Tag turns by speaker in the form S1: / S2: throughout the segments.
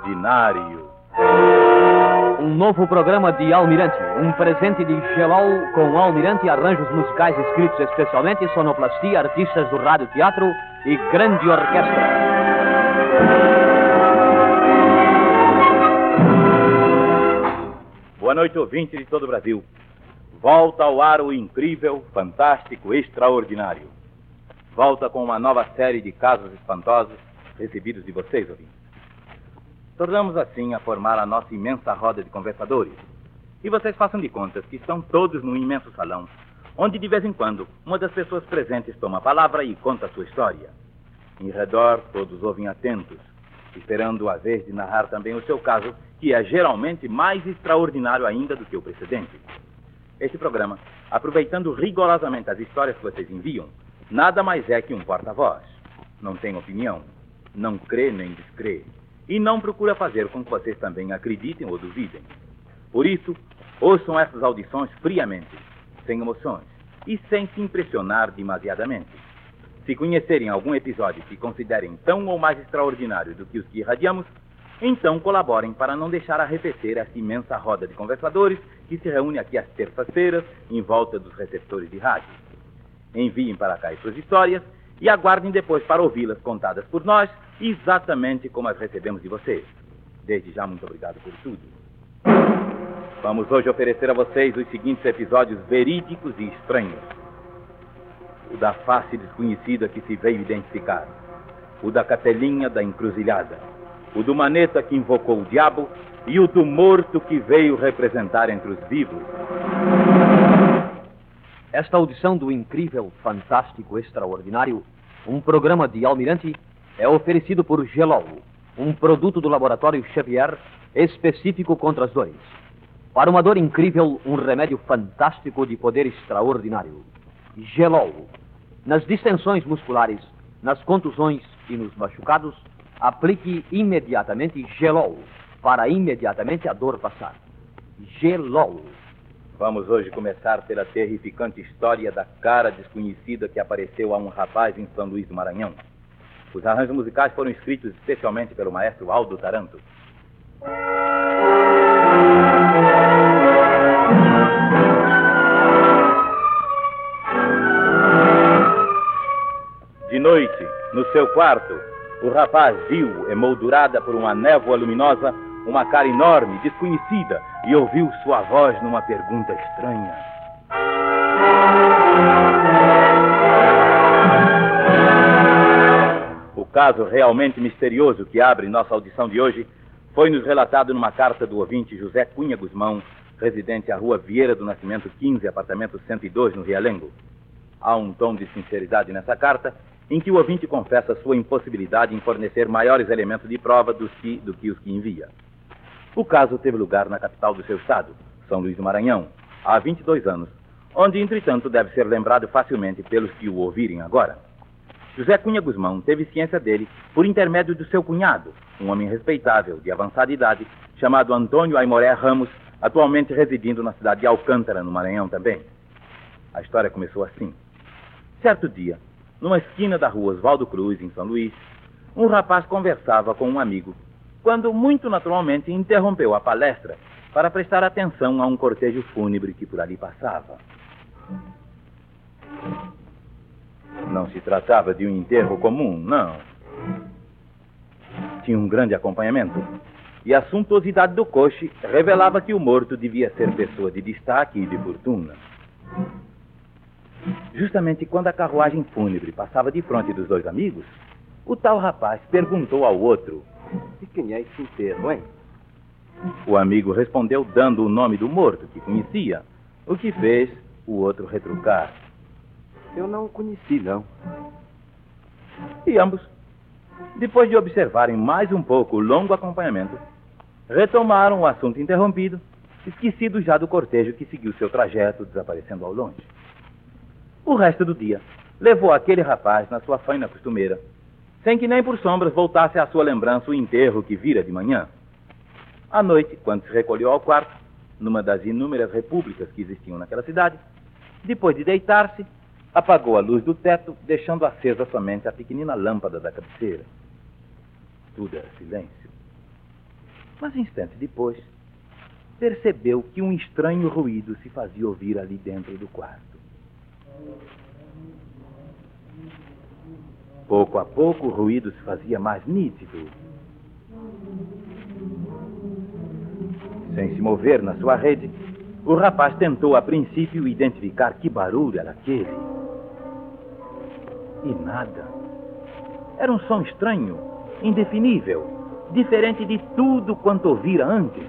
S1: Extraordinário.
S2: Um novo programa de Almirante, um presente de Gelol com Almirante, arranjos musicais escritos especialmente, sonoplastia, artistas do rádio teatro e grande orquestra.
S1: Boa noite, ouvintes de todo o Brasil. Volta ao ar o incrível, fantástico, extraordinário. Volta com uma nova série de casos espantosos recebidos de vocês, ouvintes. Tornamos assim a formar a nossa imensa roda de conversadores. E vocês façam de contas que estão todos num imenso salão, onde de vez em quando uma das pessoas presentes toma a palavra e conta a sua história. Em redor, todos ouvem atentos, esperando a vez de narrar também o seu caso, que é geralmente mais extraordinário ainda do que o precedente. Este programa, aproveitando rigorosamente as histórias que vocês enviam, nada mais é que um porta-voz. Não tem opinião, não crê nem descrê, e não procura fazer com que vocês também acreditem ou duvidem. Por isso, ouçam essas audições friamente, sem emoções e sem se impressionar demasiadamente. Se conhecerem algum episódio que considerem tão ou mais extraordinário do que os que irradiamos, então colaborem para não deixar arrefecer essa imensa roda de conversadores que se reúne aqui às terças-feiras em volta dos receptores de rádio. Enviem para cá as suas histórias e aguardem depois para ouvi-las contadas por nós, exatamente como as recebemos de vocês. Desde já, muito obrigado por tudo. Vamos hoje oferecer a vocês os seguintes episódios verídicos e estranhos. O da face desconhecida que se veio identificar. O da capelinha da encruzilhada. O do maneta que invocou o diabo e o do morto que veio representar entre os vivos.
S2: Esta audição do incrível, fantástico, extraordinário, um programa de Almirante, é oferecido por Gelol, um produto do laboratório Xavier específico contra as dores. Para uma dor incrível, um remédio fantástico de poder extraordinário. Gelol. Nas distensões musculares, nas contusões e nos machucados, aplique imediatamente Gelol, para imediatamente a dor passar. Gelol.
S1: Vamos hoje começar pela terrificante história da cara desconhecida que apareceu a um rapaz em São Luís do Maranhão. Os arranjos musicais foram escritos especialmente pelo maestro Aldo Taranto. De noite, no seu quarto, o rapaz viu, emoldurada por uma névoa luminosa, uma cara enorme, desconhecida, e ouviu sua voz numa pergunta estranha. O caso realmente misterioso que abre nossa audição de hoje foi-nos relatado numa carta do ouvinte José Cunha Guzmão, residente à rua Vieira do Nascimento 15, apartamento 102, no Realengo. Há um tom de sinceridade nessa carta, em que o ouvinte confessa sua impossibilidade em fornecer maiores elementos de prova do que os que envia. O caso teve lugar na capital do seu estado, São Luís do Maranhão, há 22 anos, onde, entretanto, deve ser lembrado facilmente pelos que o ouvirem agora. José Cunha Guzmão teve ciência dele por intermédio do seu cunhado, um homem respeitável, de avançada idade, chamado Antônio Aimoré Ramos, atualmente residindo na cidade de Alcântara, no Maranhão também. A história começou assim. Certo dia, numa esquina da rua Oswaldo Cruz, em São Luís, um rapaz conversava com um amigo, quando, muito naturalmente, interrompeu a palestra para prestar atenção a um cortejo fúnebre que por ali passava. Não se tratava de um enterro comum, não. Tinha um grande acompanhamento, e a suntuosidade do coche revelava que o morto devia ser pessoa de destaque e de fortuna. Justamente quando a carruagem fúnebre passava de frente dos dois amigos, o tal rapaz perguntou ao outro:
S3: "E quem é esse enterro, hein?"
S1: O amigo respondeu dando o nome do morto que conhecia, o que fez o outro retrucar:
S3: "Eu não o conheci, não."
S1: E ambos, depois de observarem mais um pouco o longo acompanhamento, retomaram o assunto interrompido, esquecido já do cortejo que seguiu seu trajeto, desaparecendo ao longe. O resto do dia levou aquele rapaz na sua faina costumeira, sem que nem por sombras voltasse à sua lembrança o enterro que vira de manhã. À noite, quando se recolheu ao quarto, numa das inúmeras repúblicas que existiam naquela cidade, depois de deitar-se, apagou a luz do teto, deixando acesa somente a pequenina lâmpada da cabeceira. Tudo era silêncio. Mas instantes depois, percebeu que um estranho ruído se fazia ouvir ali dentro do quarto. Pouco a pouco, o ruído se fazia mais nítido. Sem se mover na sua rede, o rapaz tentou a princípio identificar que barulho era aquele. E nada. Era um som estranho, indefinível, diferente de tudo quanto ouvira antes.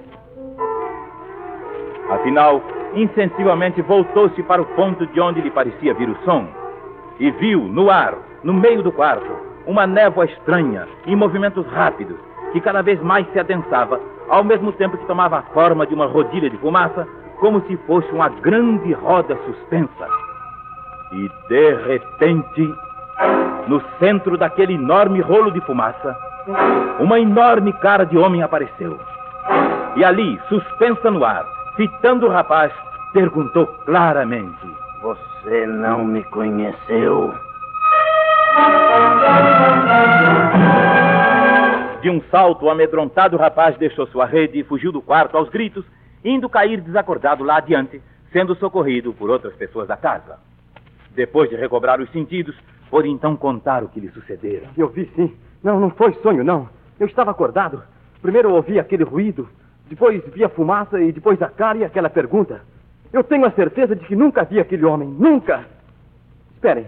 S1: Afinal, insensivelmente voltou-se para o ponto de onde lhe parecia vir o som e viu, no ar, no meio do quarto, uma névoa estranha, em movimentos rápidos, que cada vez mais se adensava, ao mesmo tempo que tomava a forma de uma rodilha de fumaça, como se fosse uma grande roda suspensa. E, de repente, no centro daquele enorme rolo de fumaça, uma enorme cara de homem apareceu. E ali, suspensa no ar, fitando o rapaz, perguntou claramente:
S4: Você não me conheceu?
S1: De um salto, o amedrontado rapaz deixou sua rede e fugiu do quarto aos gritos, indo cair desacordado lá adiante, sendo socorrido por outras pessoas da casa. Depois de recobrar os sentidos, pôde então contar o que lhe sucedera.
S3: Eu vi, sim. Não foi sonho, não. Eu estava acordado. Primeiro eu ouvi aquele ruído, depois vi a fumaça e depois a cara e aquela pergunta. Eu tenho a certeza de que nunca vi aquele homem. Nunca! Esperem.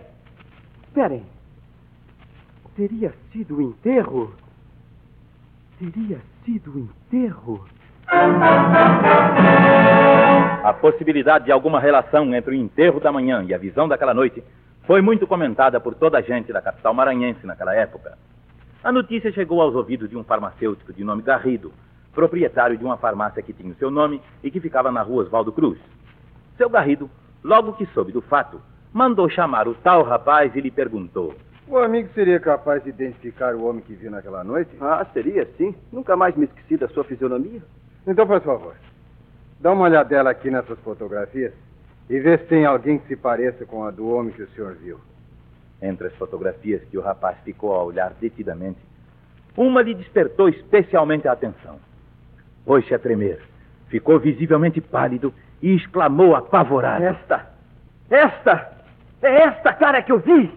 S3: Teria sido o enterro?
S1: A possibilidade de alguma relação entre o enterro da manhã e a visão daquela noite foi muito comentada por toda a gente da capital maranhense naquela época. A notícia chegou aos ouvidos de um farmacêutico de nome Garrido, proprietário de uma farmácia que tinha o seu nome e que ficava na rua Oswaldo Cruz. Seu Garrido, logo que soube do fato, mandou chamar o tal rapaz e lhe perguntou:
S5: O amigo seria capaz de identificar o homem que viu naquela noite?
S3: Ah, seria, sim. Nunca mais me esqueci da sua fisionomia.
S5: Então, por favor, dá uma olhadela aqui nessas fotografias e vê se tem alguém que se pareça com a do homem que o senhor viu.
S1: Entre as fotografias que o rapaz ficou a olhar detidamente, uma lhe despertou especialmente a atenção. Pôs-se a tremer, ficou visivelmente pálido e exclamou apavorado:
S3: É esta cara que eu vi!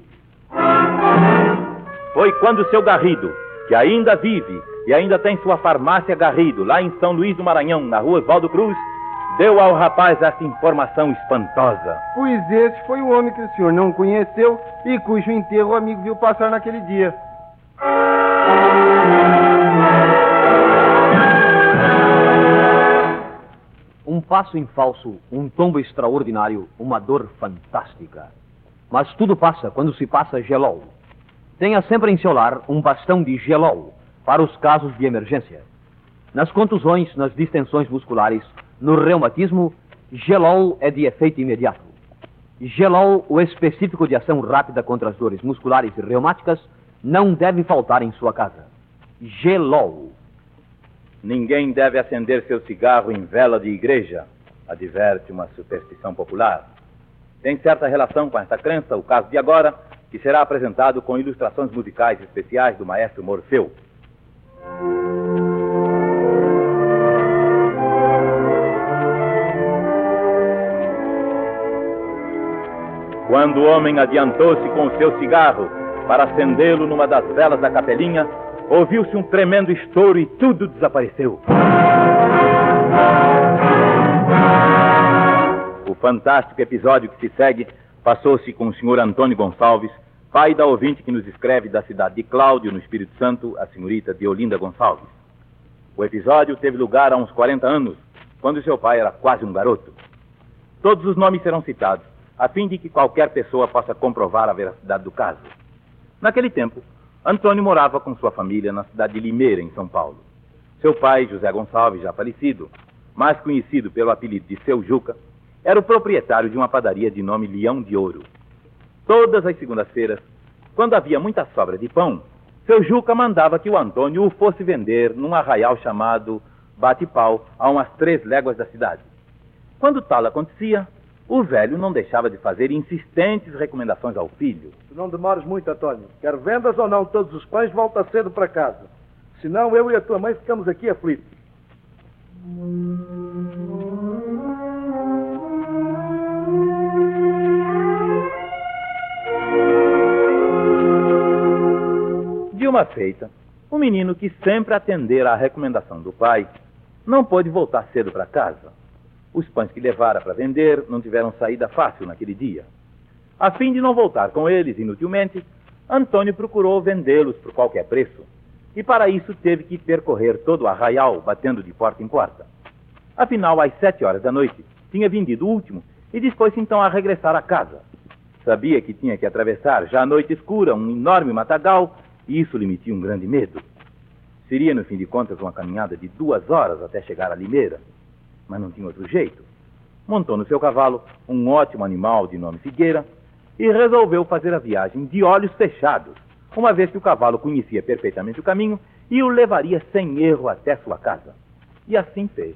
S1: Foi quando seu Garrido, que ainda vive e ainda tem sua farmácia Garrido, lá em São Luís do Maranhão, na rua Oswaldo Cruz, deu ao rapaz essa informação espantosa.
S5: Pois esse foi o homem que o senhor não conheceu e cujo enterro o amigo viu passar naquele dia.
S2: Um passo em falso, um tombo extraordinário, uma dor fantástica. Mas tudo passa quando se passa gelol. Tenha sempre em seu lar um bastão de gelol para os casos de emergência. Nas contusões, nas distensões musculares, no reumatismo, gelol é de efeito imediato. Gelol, o específico de ação rápida contra as dores musculares e reumáticas, não deve faltar em sua casa. Gelol.
S1: Ninguém deve acender seu cigarro em vela de igreja, adverte uma superstição popular. Tem certa relação com esta crença o caso de agora, que será apresentado com ilustrações musicais especiais do maestro Morfeu. Quando o homem adiantou-se com o seu cigarro para acendê-lo numa das velas da capelinha, ouviu-se um tremendo estouro e tudo desapareceu. O fantástico episódio que se segue passou-se com o senhor Antônio Gonçalves, pai da ouvinte que nos escreve da cidade de Cláudio, no Espírito Santo, a senhorita Deolinda Gonçalves. O episódio teve lugar há uns 40 anos, quando seu pai era quase um garoto. Todos os nomes serão citados, a fim de que qualquer pessoa possa comprovar a veracidade do caso. Naquele tempo, Antônio morava com sua família na cidade de Limeira, em São Paulo. Seu pai, José Gonçalves, já falecido, mais conhecido pelo apelido de Seu Juca, era o proprietário de uma padaria de nome Leão de Ouro. Todas as segundas-feiras, quando havia muita sobra de pão, Seu Juca mandava que o Antônio o fosse vender num arraial chamado Bate-Pau, a umas 3 léguas da cidade. Quando tal acontecia, o velho não deixava de fazer insistentes recomendações ao filho.
S6: Tu não demores muito, Antônio. Quer vendas ou não todos os pães, volta cedo para casa. Senão eu e a tua mãe ficamos aqui aflitos.
S1: De uma feita, o menino que sempre atendera à recomendação do pai não pôde voltar cedo para casa. Os pães que levara para vender não tiveram saída fácil naquele dia. A fim de não voltar com eles inutilmente, Antônio procurou vendê-los por qualquer preço. E para isso teve que percorrer todo o arraial, batendo de porta em porta. Afinal, às 7 horas da noite, tinha vendido o último e dispôs-se então a regressar a casa. Sabia que tinha que atravessar, já à noite escura, um enorme matagal, e isso lhe metia um grande medo. Seria, no fim de contas, uma caminhada de 2 horas até chegar a Limeira. Mas não tinha outro jeito. Montou no seu cavalo um ótimo animal de nome Figueira e resolveu fazer a viagem de olhos fechados, uma vez que o cavalo conhecia perfeitamente o caminho e o levaria sem erro até sua casa. E assim fez.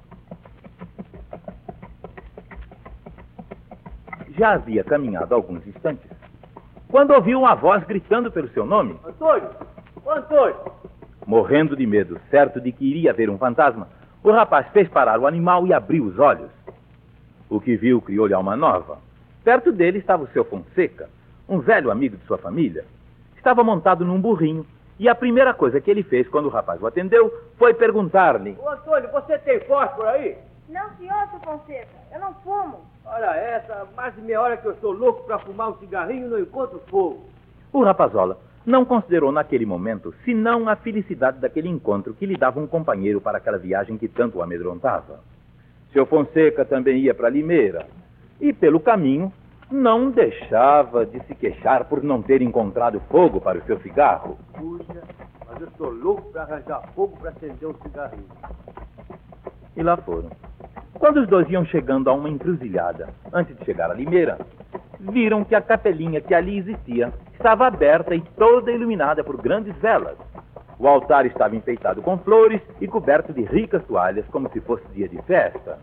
S1: Já havia caminhado alguns instantes, quando ouviu uma voz gritando pelo seu nome.
S6: Antônio! Ô, Antônio!
S1: Morrendo de medo, certo de que iria ver um fantasma, o rapaz fez parar o animal e abriu os olhos. O que viu criou-lhe alma nova. Perto dele estava o seu Fonseca, um velho amigo de sua família. Estava montado num burrinho, e a primeira coisa que ele fez quando o rapaz o atendeu foi perguntar-lhe:
S6: Ô, Antônio, você tem fósforo aí?
S7: Não, senhor, seu Fonseca, eu não fumo.
S6: Olha essa, mais de meia hora que eu estou louco para fumar um cigarrinho e não encontro fogo.
S1: O rapazola não considerou naquele momento senão a felicidade daquele encontro que lhe dava um companheiro para aquela viagem que tanto o amedrontava. Seu Fonseca também ia para Limeira, e pelo caminho não deixava de se queixar por não ter encontrado fogo para o seu cigarro.
S6: Puxa, mas eu estou louco para arranjar fogo para acender um cigarrinho.
S1: E lá foram. Quando os dois iam chegando a uma encruzilhada, antes de chegar a Limeira, viram que a capelinha que ali existia estava aberta e toda iluminada por grandes velas. O altar estava enfeitado com flores e coberto de ricas toalhas, como se fosse dia de festa.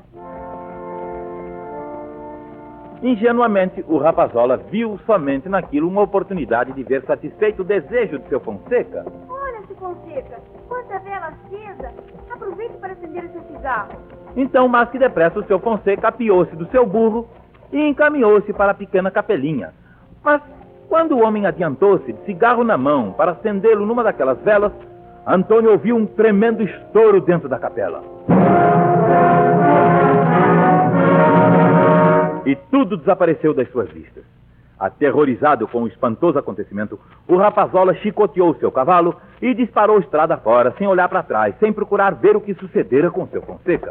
S1: Ingenuamente, o rapazola viu somente naquilo uma oportunidade de ver satisfeito o desejo de seu Fonseca.
S7: Olha, seu Fonseca, quanta vela acesa. Aproveite para acender o seu cigarro.
S1: Então, mais que depressa, o seu Fonseca apiou-se do seu burro e encaminhou-se para a pequena capelinha. Mas, quando o homem adiantou-se, de cigarro na mão, para acendê-lo numa daquelas velas, Antônio ouviu um tremendo estouro dentro da capela. E tudo desapareceu das suas vistas. Aterrorizado com o espantoso acontecimento, o rapazola chicoteou seu cavalo e disparou estrada fora, sem olhar para trás, sem procurar ver o que sucedera com seu Fonseca.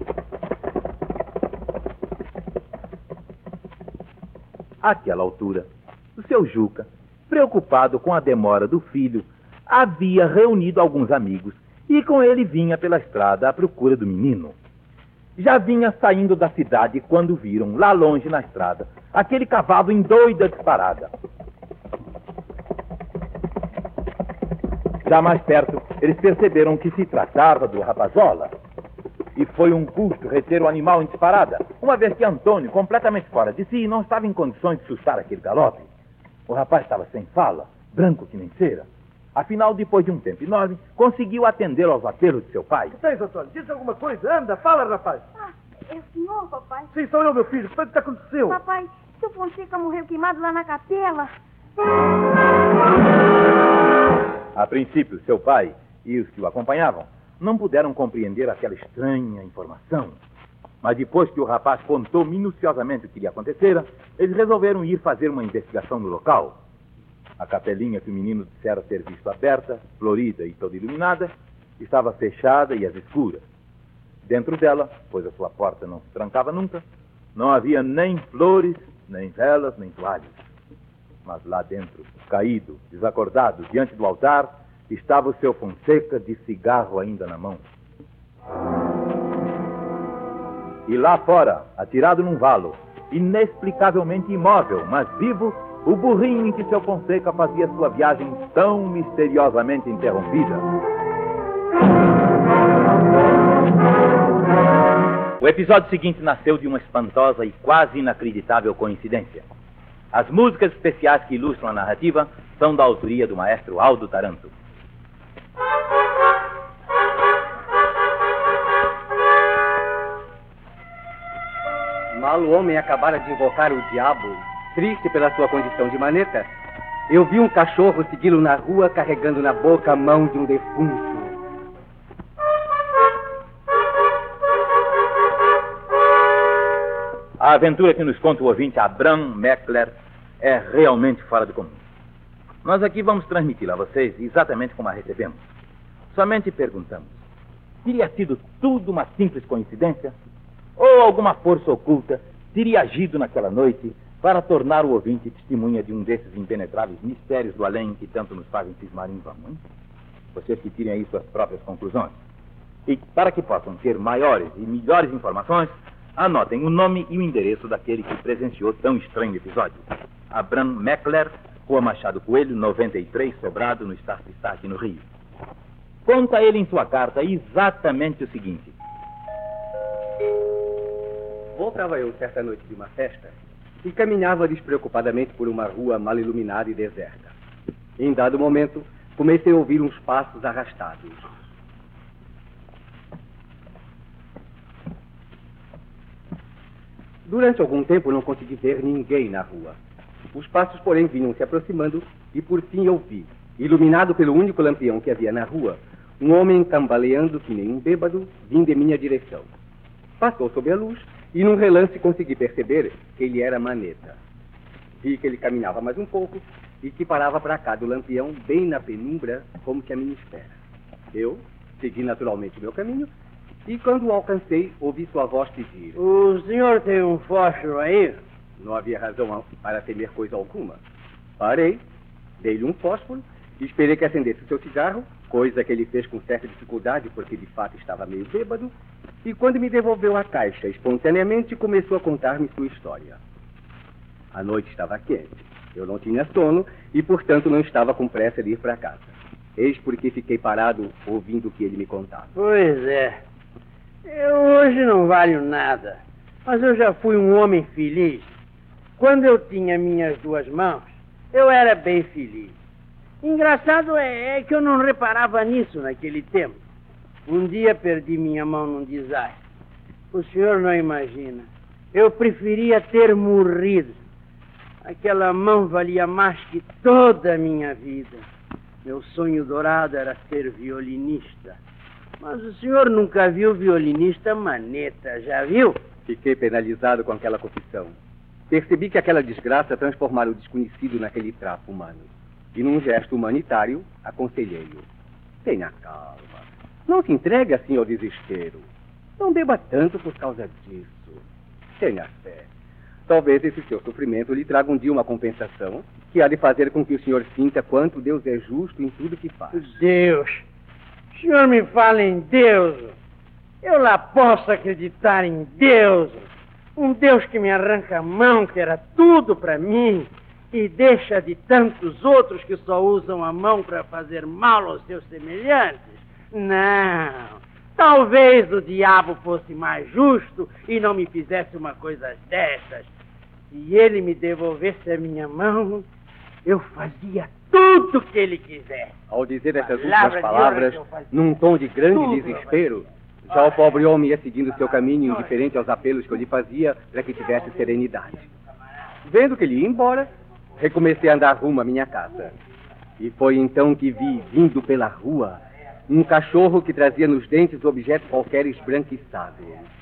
S1: Àquela altura, o seu Juca, preocupado com a demora do filho, havia reunido alguns amigos e com ele vinha pela estrada à procura do menino. Já vinha saindo da cidade quando viram, lá longe na estrada, aquele cavalo em doida disparada. Já mais perto, eles perceberam que se tratava do rapazola. E foi um custo reter o animal em disparada, uma vez que Antônio, completamente fora de si, não estava em condições de sustar aquele galope. O rapaz estava sem fala, branco que nem cera. Afinal, depois de um tempo enorme, conseguiu atendê-lo aos apelos de seu pai.
S6: O que tens, Antônio? Diz alguma coisa? Anda, fala, rapaz.
S7: Ah, é o senhor, papai?
S6: Sim, sou eu, meu filho. O que foi que aconteceu?
S7: Papai, seu Fonseca morreu queimado lá na capela.
S1: A princípio, seu pai e os que o acompanhavam não puderam compreender aquela estranha informação. Mas depois que o rapaz contou minuciosamente o que lhe acontecera, eles resolveram ir fazer uma investigação no local. A capelinha que o menino dissera ter visto aberta, florida e toda iluminada, estava fechada e às escuras. Dentro dela, pois a sua porta não se trancava nunca, não havia nem flores, nem velas, nem toalhas. Mas lá dentro, caído, desacordado, diante do altar, estava o seu Fonseca de cigarro ainda na mão. E lá fora, atirado num valo, inexplicavelmente imóvel, mas vivo, o burrinho em que seu Fonseca fazia sua viagem tão misteriosamente interrompida. O episódio seguinte nasceu de uma espantosa e quase inacreditável coincidência. As músicas especiais que ilustram a narrativa são da autoria do maestro Aldo Taranto.
S8: Mal o homem acabara de invocar o diabo, triste pela sua condição de maneta, eu vi um cachorro segui-lo na rua carregando na boca a mão de um defunto.
S1: A aventura que nos conta o ouvinte Abraham Meckler é realmente fora do comum. Nós aqui vamos transmiti-la a vocês exatamente como a recebemos. Somente perguntamos: teria sido tudo uma simples coincidência? Ou alguma força oculta teria agido naquela noite para tornar o ouvinte testemunha de um desses impenetráveis mistérios do além que tanto nos fazem cismar em vão, hein? Vocês que tirem aí suas próprias conclusões. E para que possam ter maiores e melhores informações, anotem o nome e o endereço daquele que presenciou tão estranho episódio. Abraham Meckler, Rua Machado Coelho, 93, Sobrado, no Star aqui no Rio. Conta ele em sua carta exatamente o seguinte:
S8: Voltava eu certa noite de uma festa e caminhava despreocupadamente por uma rua mal iluminada e deserta. Em dado momento, comecei a ouvir uns passos arrastados. Durante algum tempo não consegui ver ninguém na rua. Os passos, porém, vinham se aproximando e por fim eu vi, iluminado pelo único lampião que havia na rua, um homem cambaleando que nem um bêbado, vindo em minha direção. Passou sob a luz e num relance consegui perceber que ele era Maneta. Vi que ele caminhava mais um pouco e que parava para cá do lampião, bem na penumbra, como que à minha espera. Eu segui naturalmente o meu caminho e quando o alcancei, ouvi sua voz pedir:
S6: O senhor tem um fósforo aí?
S8: Não havia razão para temer coisa alguma. Parei, dei-lhe um fósforo, esperei que acendesse o seu cigarro, coisa que ele fez com certa dificuldade, porque de fato estava meio bêbado, e quando me devolveu a caixa, espontaneamente começou a contar-me sua história. A noite estava quente, eu não tinha sono e, portanto, não estava com pressa de ir para casa. Eis porque fiquei parado ouvindo o que ele me contava.
S6: Pois é. Eu hoje não valho nada, mas eu já fui um homem feliz. Quando eu tinha minhas duas mãos, eu era bem feliz. Engraçado é que eu não reparava nisso naquele tempo. Um dia perdi minha mão num desastre. O senhor não imagina. Eu preferia ter morrido. Aquela mão valia mais que toda a minha vida. Meu sonho dourado era ser violinista. Mas o senhor nunca viu violinista Maneta, já viu?
S8: Fiquei penalizado com aquela confissão. Percebi que aquela desgraça transformara o desconhecido naquele trapo humano. E num gesto humanitário, aconselhei-o: tenha calma. Não se entregue assim ao desespero. Não beba tanto por causa disso. Tenha fé. Talvez esse seu sofrimento lhe traga um dia uma compensação que há de fazer com que o senhor sinta quanto Deus é justo em tudo que faz.
S6: Deus! O senhor me fala em Deus. Eu lá posso acreditar em Deus. Um Deus que me arranca a mão, que era tudo para mim, e deixa de tantos outros que só usam a mão para fazer mal aos seus semelhantes. Não. Talvez o diabo fosse mais justo e não me fizesse uma coisa dessas. Se ele me devolvesse a minha mão, eu fazia tudo o que ele quisesse.
S8: Ao dizer essas últimas palavras, num tom de grande desespero, já o pobre homem ia seguindo seu caminho, indiferente aos apelos que eu lhe fazia para que tivesse serenidade. Vendo que ele ia embora, recomecei a andar rumo à minha casa. E foi então que vi, vindo pela rua, um cachorro que trazia nos dentes objeto qualquer esbranquiçado.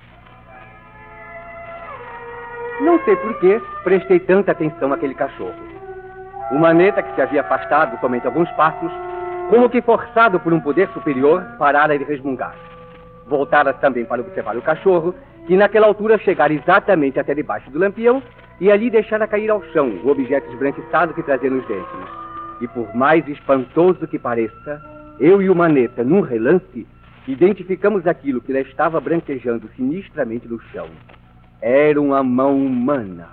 S8: Não sei por que prestei tanta atenção àquele cachorro. O Maneta, que se havia afastado somente alguns passos, como que forçado por um poder superior, parara de resmungar. Voltara também para observar o cachorro, que naquela altura chegara exatamente até debaixo do lampião e ali deixara cair ao chão o objeto esbranquiçado que trazia nos dentes. E por mais espantoso que pareça, eu e o Maneta, num relance, identificamos aquilo que lá estava branquejando sinistramente no chão. Era uma mão humana.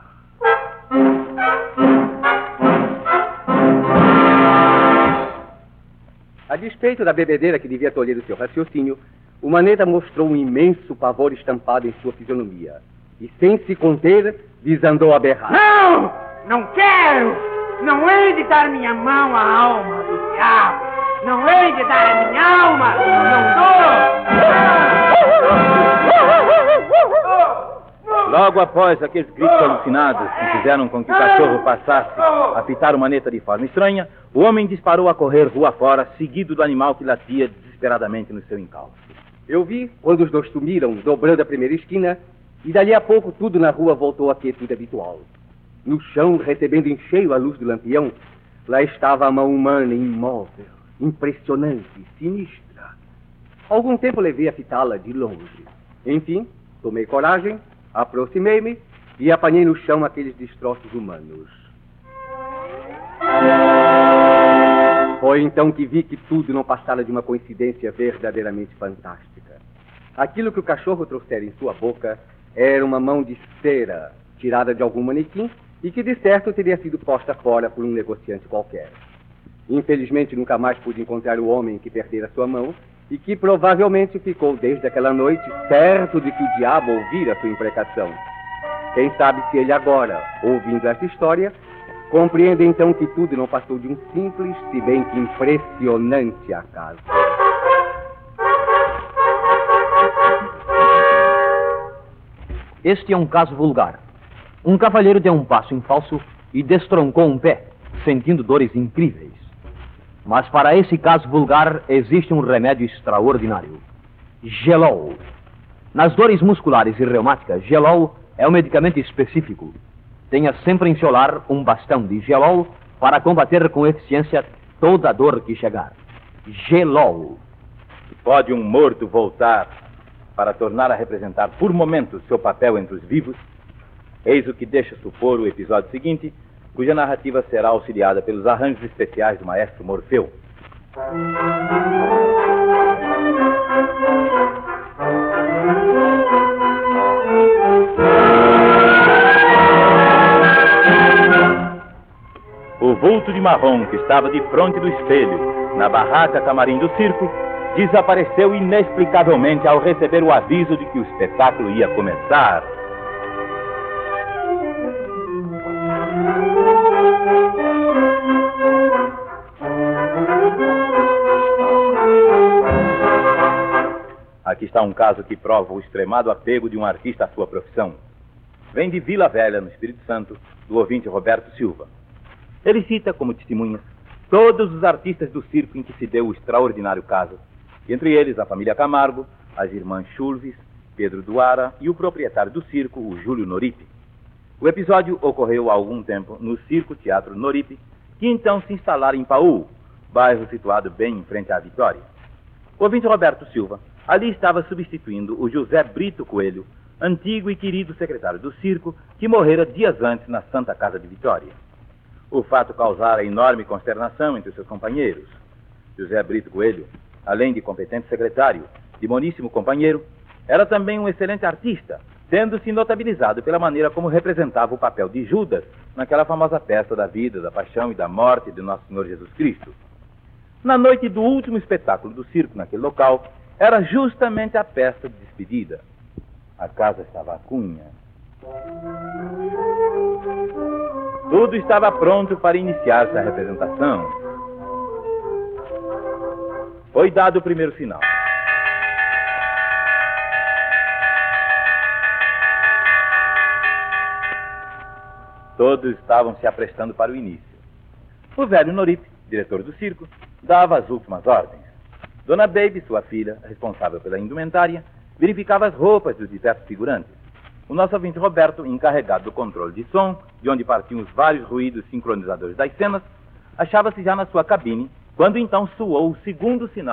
S8: A despeito da bebedeira que devia tolher o seu raciocínio, o Maneta mostrou um imenso pavor estampado em sua fisionomia. E, sem se conter, desandou a berrar.
S6: Não! Não quero! Não hei de dar minha mão à alma do diabo! Não hei de dar a minha alma! Não dou!
S1: Logo após aqueles gritos alucinados que fizeram com que o cachorro passasse a fitar o maneta de forma estranha, o homem disparou a correr rua fora, seguido do animal que latia desesperadamente no seu encalço.
S8: Eu vi quando os dois sumiram, dobrando a primeira esquina, e dali a pouco tudo na rua voltou à quietude habitual. No chão, recebendo em cheio a luz do lampião, lá estava a mão humana imóvel, impressionante, sinistra. Algum tempo levei a fitá-la de longe. Enfim, tomei coragem, aproximei-me e apanhei no chão aqueles destroços humanos. Foi então que vi que tudo não passara de uma coincidência verdadeiramente fantástica. Aquilo que o cachorro trouxera em sua boca era uma mão de cera tirada de algum manequim e que de certo teria sido posta fora por um negociante qualquer. Infelizmente nunca mais pude encontrar o homem que perdera sua mão e que provavelmente ficou desde aquela noite certo de que o diabo ouvira sua imprecação. Quem sabe se ele agora, ouvindo essa história, compreende então que tudo não passou de um simples, se bem que impressionante acaso.
S2: Este é um caso vulgar. Um cavalheiro deu um passo em falso e destroncou um pé, sentindo dores incríveis. Mas para esse caso vulgar existe um remédio extraordinário. Gelol. Nas dores musculares e reumáticas, Gelol é um medicamento específico. Tenha sempre em seu lar um bastão de Gelol para combater com eficiência toda a dor que chegar. Gelol.
S1: Pode um morto voltar para tornar a representar por momentos seu papel entre os vivos? Eis o que deixa supor o episódio seguinte, cuja narrativa será auxiliada pelos arranjos especiais do maestro Morfeu. O vulto de marrom que estava de frente do espelho, na barraca camarim do circo, desapareceu inexplicavelmente ao receber o aviso de que o espetáculo ia começar. Aqui está um caso que prova o extremado apego de um artista à sua profissão. Vem de Vila Velha, no Espírito Santo, do ouvinte Roberto Silva. Ele cita como testemunhas todos os artistas do circo em que se deu o extraordinário caso, entre eles a família Camargo, as irmãs Chulvis, Pedro Duara e o proprietário do circo, o Júlio Noripe. O episódio ocorreu há algum tempo no Circo Teatro Noripe, que então se instalara em Paú, bairro situado bem em frente à Vitória. O ouvinte Roberto Silva ali estava substituindo o José Brito Coelho, antigo e querido secretário do circo, que morrera dias antes na Santa Casa de Vitória. O fato causara enorme consternação entre seus companheiros. José Brito Coelho, além de competente secretário, de boníssimo companheiro, era também um excelente artista, tendo-se notabilizado pela maneira como representava o papel de Judas naquela famosa peça da vida, da paixão e da morte de Nosso Senhor Jesus Cristo. Na noite do último espetáculo do circo naquele local, era justamente a peça de despedida. A casa estava à cunha. Tudo estava pronto para iniciar-se a representação. Foi dado o primeiro sinal. Todos estavam se aprestando para o início. O velho Noripe, diretor do circo, dava as últimas ordens. Dona Baby, sua filha, responsável pela indumentária, verificava as roupas dos diversos figurantes. O nosso ouvinte Roberto, encarregado do controle de som, de onde partiam os vários ruídos sincronizadores das cenas, achava-se já na sua cabine, quando então soou o segundo sinal.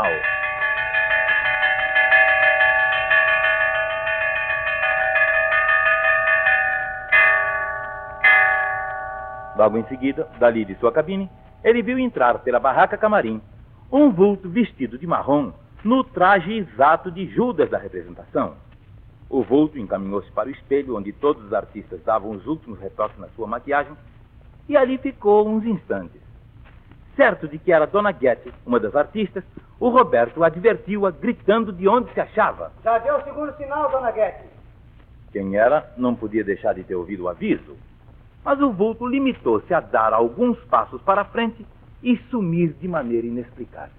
S1: Logo em seguida, dali de sua cabine, ele viu entrar pela barraca camarim um vulto vestido de marrom no traje exato de Judas da representação. O vulto encaminhou-se para o espelho, onde todos os artistas davam os últimos retoques na sua maquiagem, e ali ficou uns instantes. Certo de que era Dona Guete, uma das artistas, o Roberto advertiu-a gritando de onde se achava.
S6: Já deu o segundo sinal, Dona Guete.
S1: Quem era não podia deixar de ter ouvido o aviso, mas o vulto limitou-se a dar alguns passos para frente e sumir de maneira inexplicável.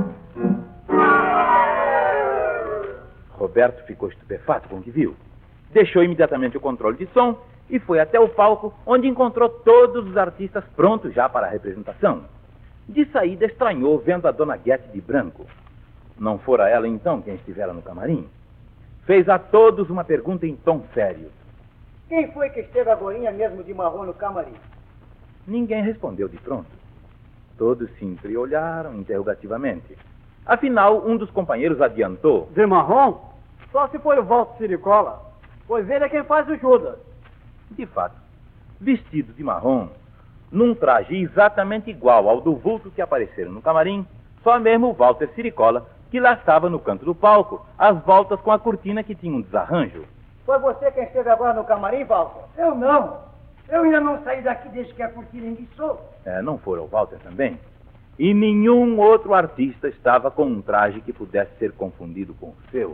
S1: Roberto ficou estupefato com o que viu. deixou imediatamente o controle de som e foi até o palco, onde encontrou todos os artistas prontos já para a representação. De saída, estranhou vendo a dona Guete de branco. Não fora ela, então, quem estivera no camarim? Fez a todos uma pergunta em tom sério.
S9: Quem foi que esteve agorinha mesmo de marrom no camarim?
S1: Ninguém respondeu de pronto. Todos se entreolharam interrogativamente. Afinal, um dos companheiros adiantou.
S9: De marrom? Só se foi o Walter Siricola, pois ele é quem faz o Judas.
S1: De fato, vestido de marrom, num traje exatamente igual ao do vulto que apareceram no camarim, só mesmo o Walter Siricola, que lá estava no canto do palco, às voltas com a cortina que tinha um desarranjo.
S9: Foi você quem esteve agora no camarim, Walter? Eu não. Eu ainda não saí daqui desde que a cortina enguiçou.
S1: Não fora o Walter também? E nenhum outro artista estava com um traje que pudesse ser confundido com o seu.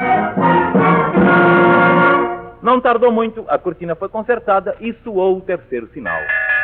S1: Não tardou muito, a cortina foi consertada e soou o terceiro sinal.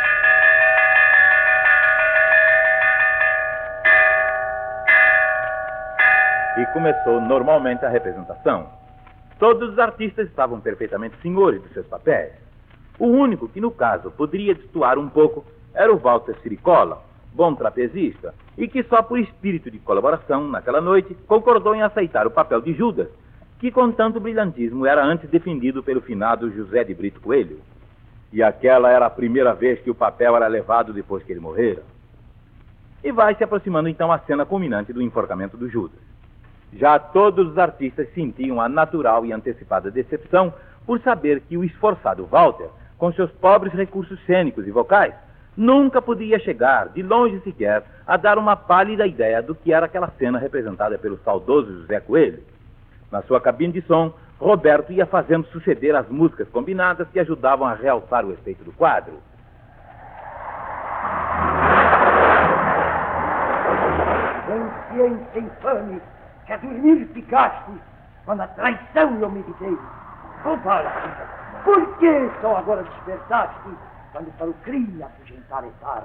S1: E começou normalmente a representação. Todos os artistas estavam perfeitamente senhores de seus papéis. O único que, no caso, poderia destoar um pouco era o Walter Siricola, bom trapezista, e que só por espírito de colaboração, naquela noite, concordou em aceitar o papel de Judas, que com tanto brilhantismo era antes defendido pelo finado José de Brito Coelho. E aquela era a primeira vez que o papel era levado depois que ele morrera. E vai se aproximando então a cena culminante do enforcamento do Judas. Já todos os artistas sentiam a natural e antecipada decepção por saber que o esforçado Walter, com seus pobres recursos cênicos e vocais, nunca podia chegar, de longe sequer, a dar uma pálida ideia do que era aquela cena representada pelo saudoso José Coelho. Na sua cabine de som, Roberto ia fazendo suceder as músicas combinadas que ajudavam a realçar o efeito do quadro.
S9: Consciência infame, que a dormir ficaste, quando a traição eu meditei. Fala, filha, por que só agora despertaste, quando para o crime afugentar é tarde?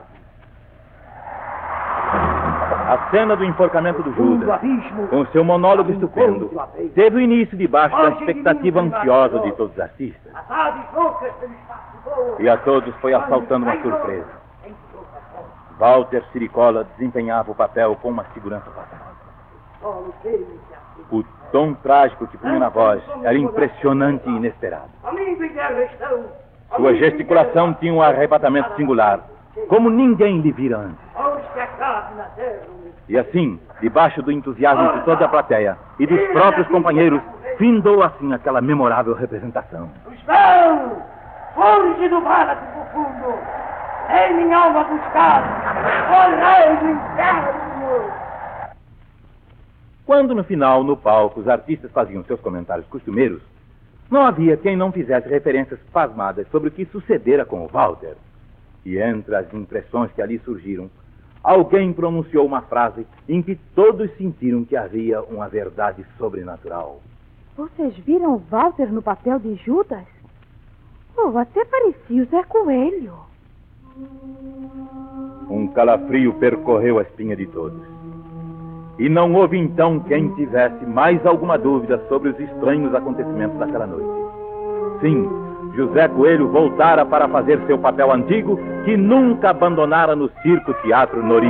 S1: A cena do enforcamento do Judas, com seu monólogo estupendo, teve o início debaixo da expectativa ansiosa de todos os artistas. E a todos foi assaltando uma surpresa. Walter Siricola desempenhava o papel com uma segurança fatal. O tom trágico que punha na voz era impressionante e inesperado. Sua gesticulação tinha um arrebatamento singular, como ninguém lhe vira antes. E assim, debaixo do entusiasmo de toda a plateia e dos próprios companheiros, findou assim aquela memorável representação.
S9: Cristão, foge do vale do profundo, em minha alma buscar, o rei do inferno.
S1: Quando no final, no palco, os artistas faziam seus comentários costumeiros, não havia quem não fizesse referências pasmadas sobre o que sucedera com o Walter. E entre as impressões que ali surgiram, alguém pronunciou uma frase em que todos sentiram que havia uma verdade sobrenatural.
S7: Vocês viram o Walter no papel de Judas? Oh, até parecia o Zé Coelho.
S1: Um calafrio percorreu a espinha de todos. E não houve então quem tivesse mais alguma dúvida sobre os estranhos acontecimentos daquela noite. Sim, José Coelho voltara para fazer seu papel antigo, que nunca abandonara no Circo Teatro Noripe.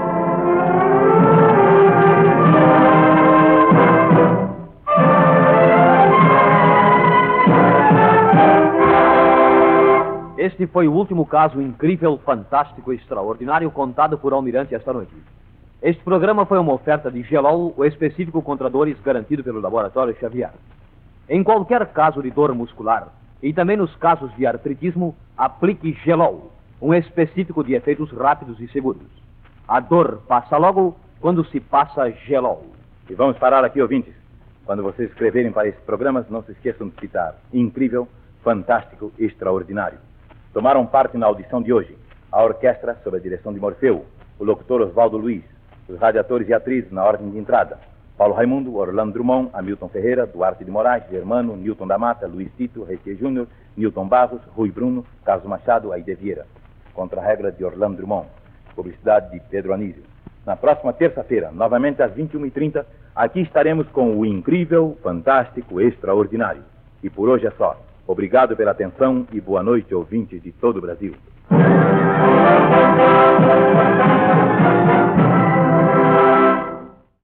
S2: Este foi o último caso incrível, fantástico e extraordinário contado por Almirante esta noite. Este programa foi uma oferta de Gelol, o específico contra dores garantido pelo Laboratório Xavier. Em qualquer caso de dor muscular, e também nos casos de artritismo, aplique Gelol, um específico de efeitos rápidos e seguros. A dor passa logo quando se passa Gelol.
S1: E vamos parar aqui, ouvintes. Quando vocês escreverem para esses programas, não se esqueçam de citar incrível, fantástico e extraordinário. Tomaram parte na audição de hoje a orquestra sob a direção de Morfeu, o locutor Oswaldo Luiz, os radiatores e atrizes na ordem de entrada: Paulo Raimundo, Orlando Drummond, Hamilton Ferreira, Duarte de Moraes, Germano, Newton da Mata, Luiz Tito, Requier Júnior, Newton Barros, Rui Bruno, Carlos Machado, Aide Vieira. Contra a regra de Orlando Drummond. Publicidade de Pedro Anísio. Na próxima terça-feira, novamente às 21h30, aqui estaremos com o incrível, fantástico, extraordinário. E por hoje é só. Obrigado pela atenção e boa noite, ouvintes de todo o Brasil.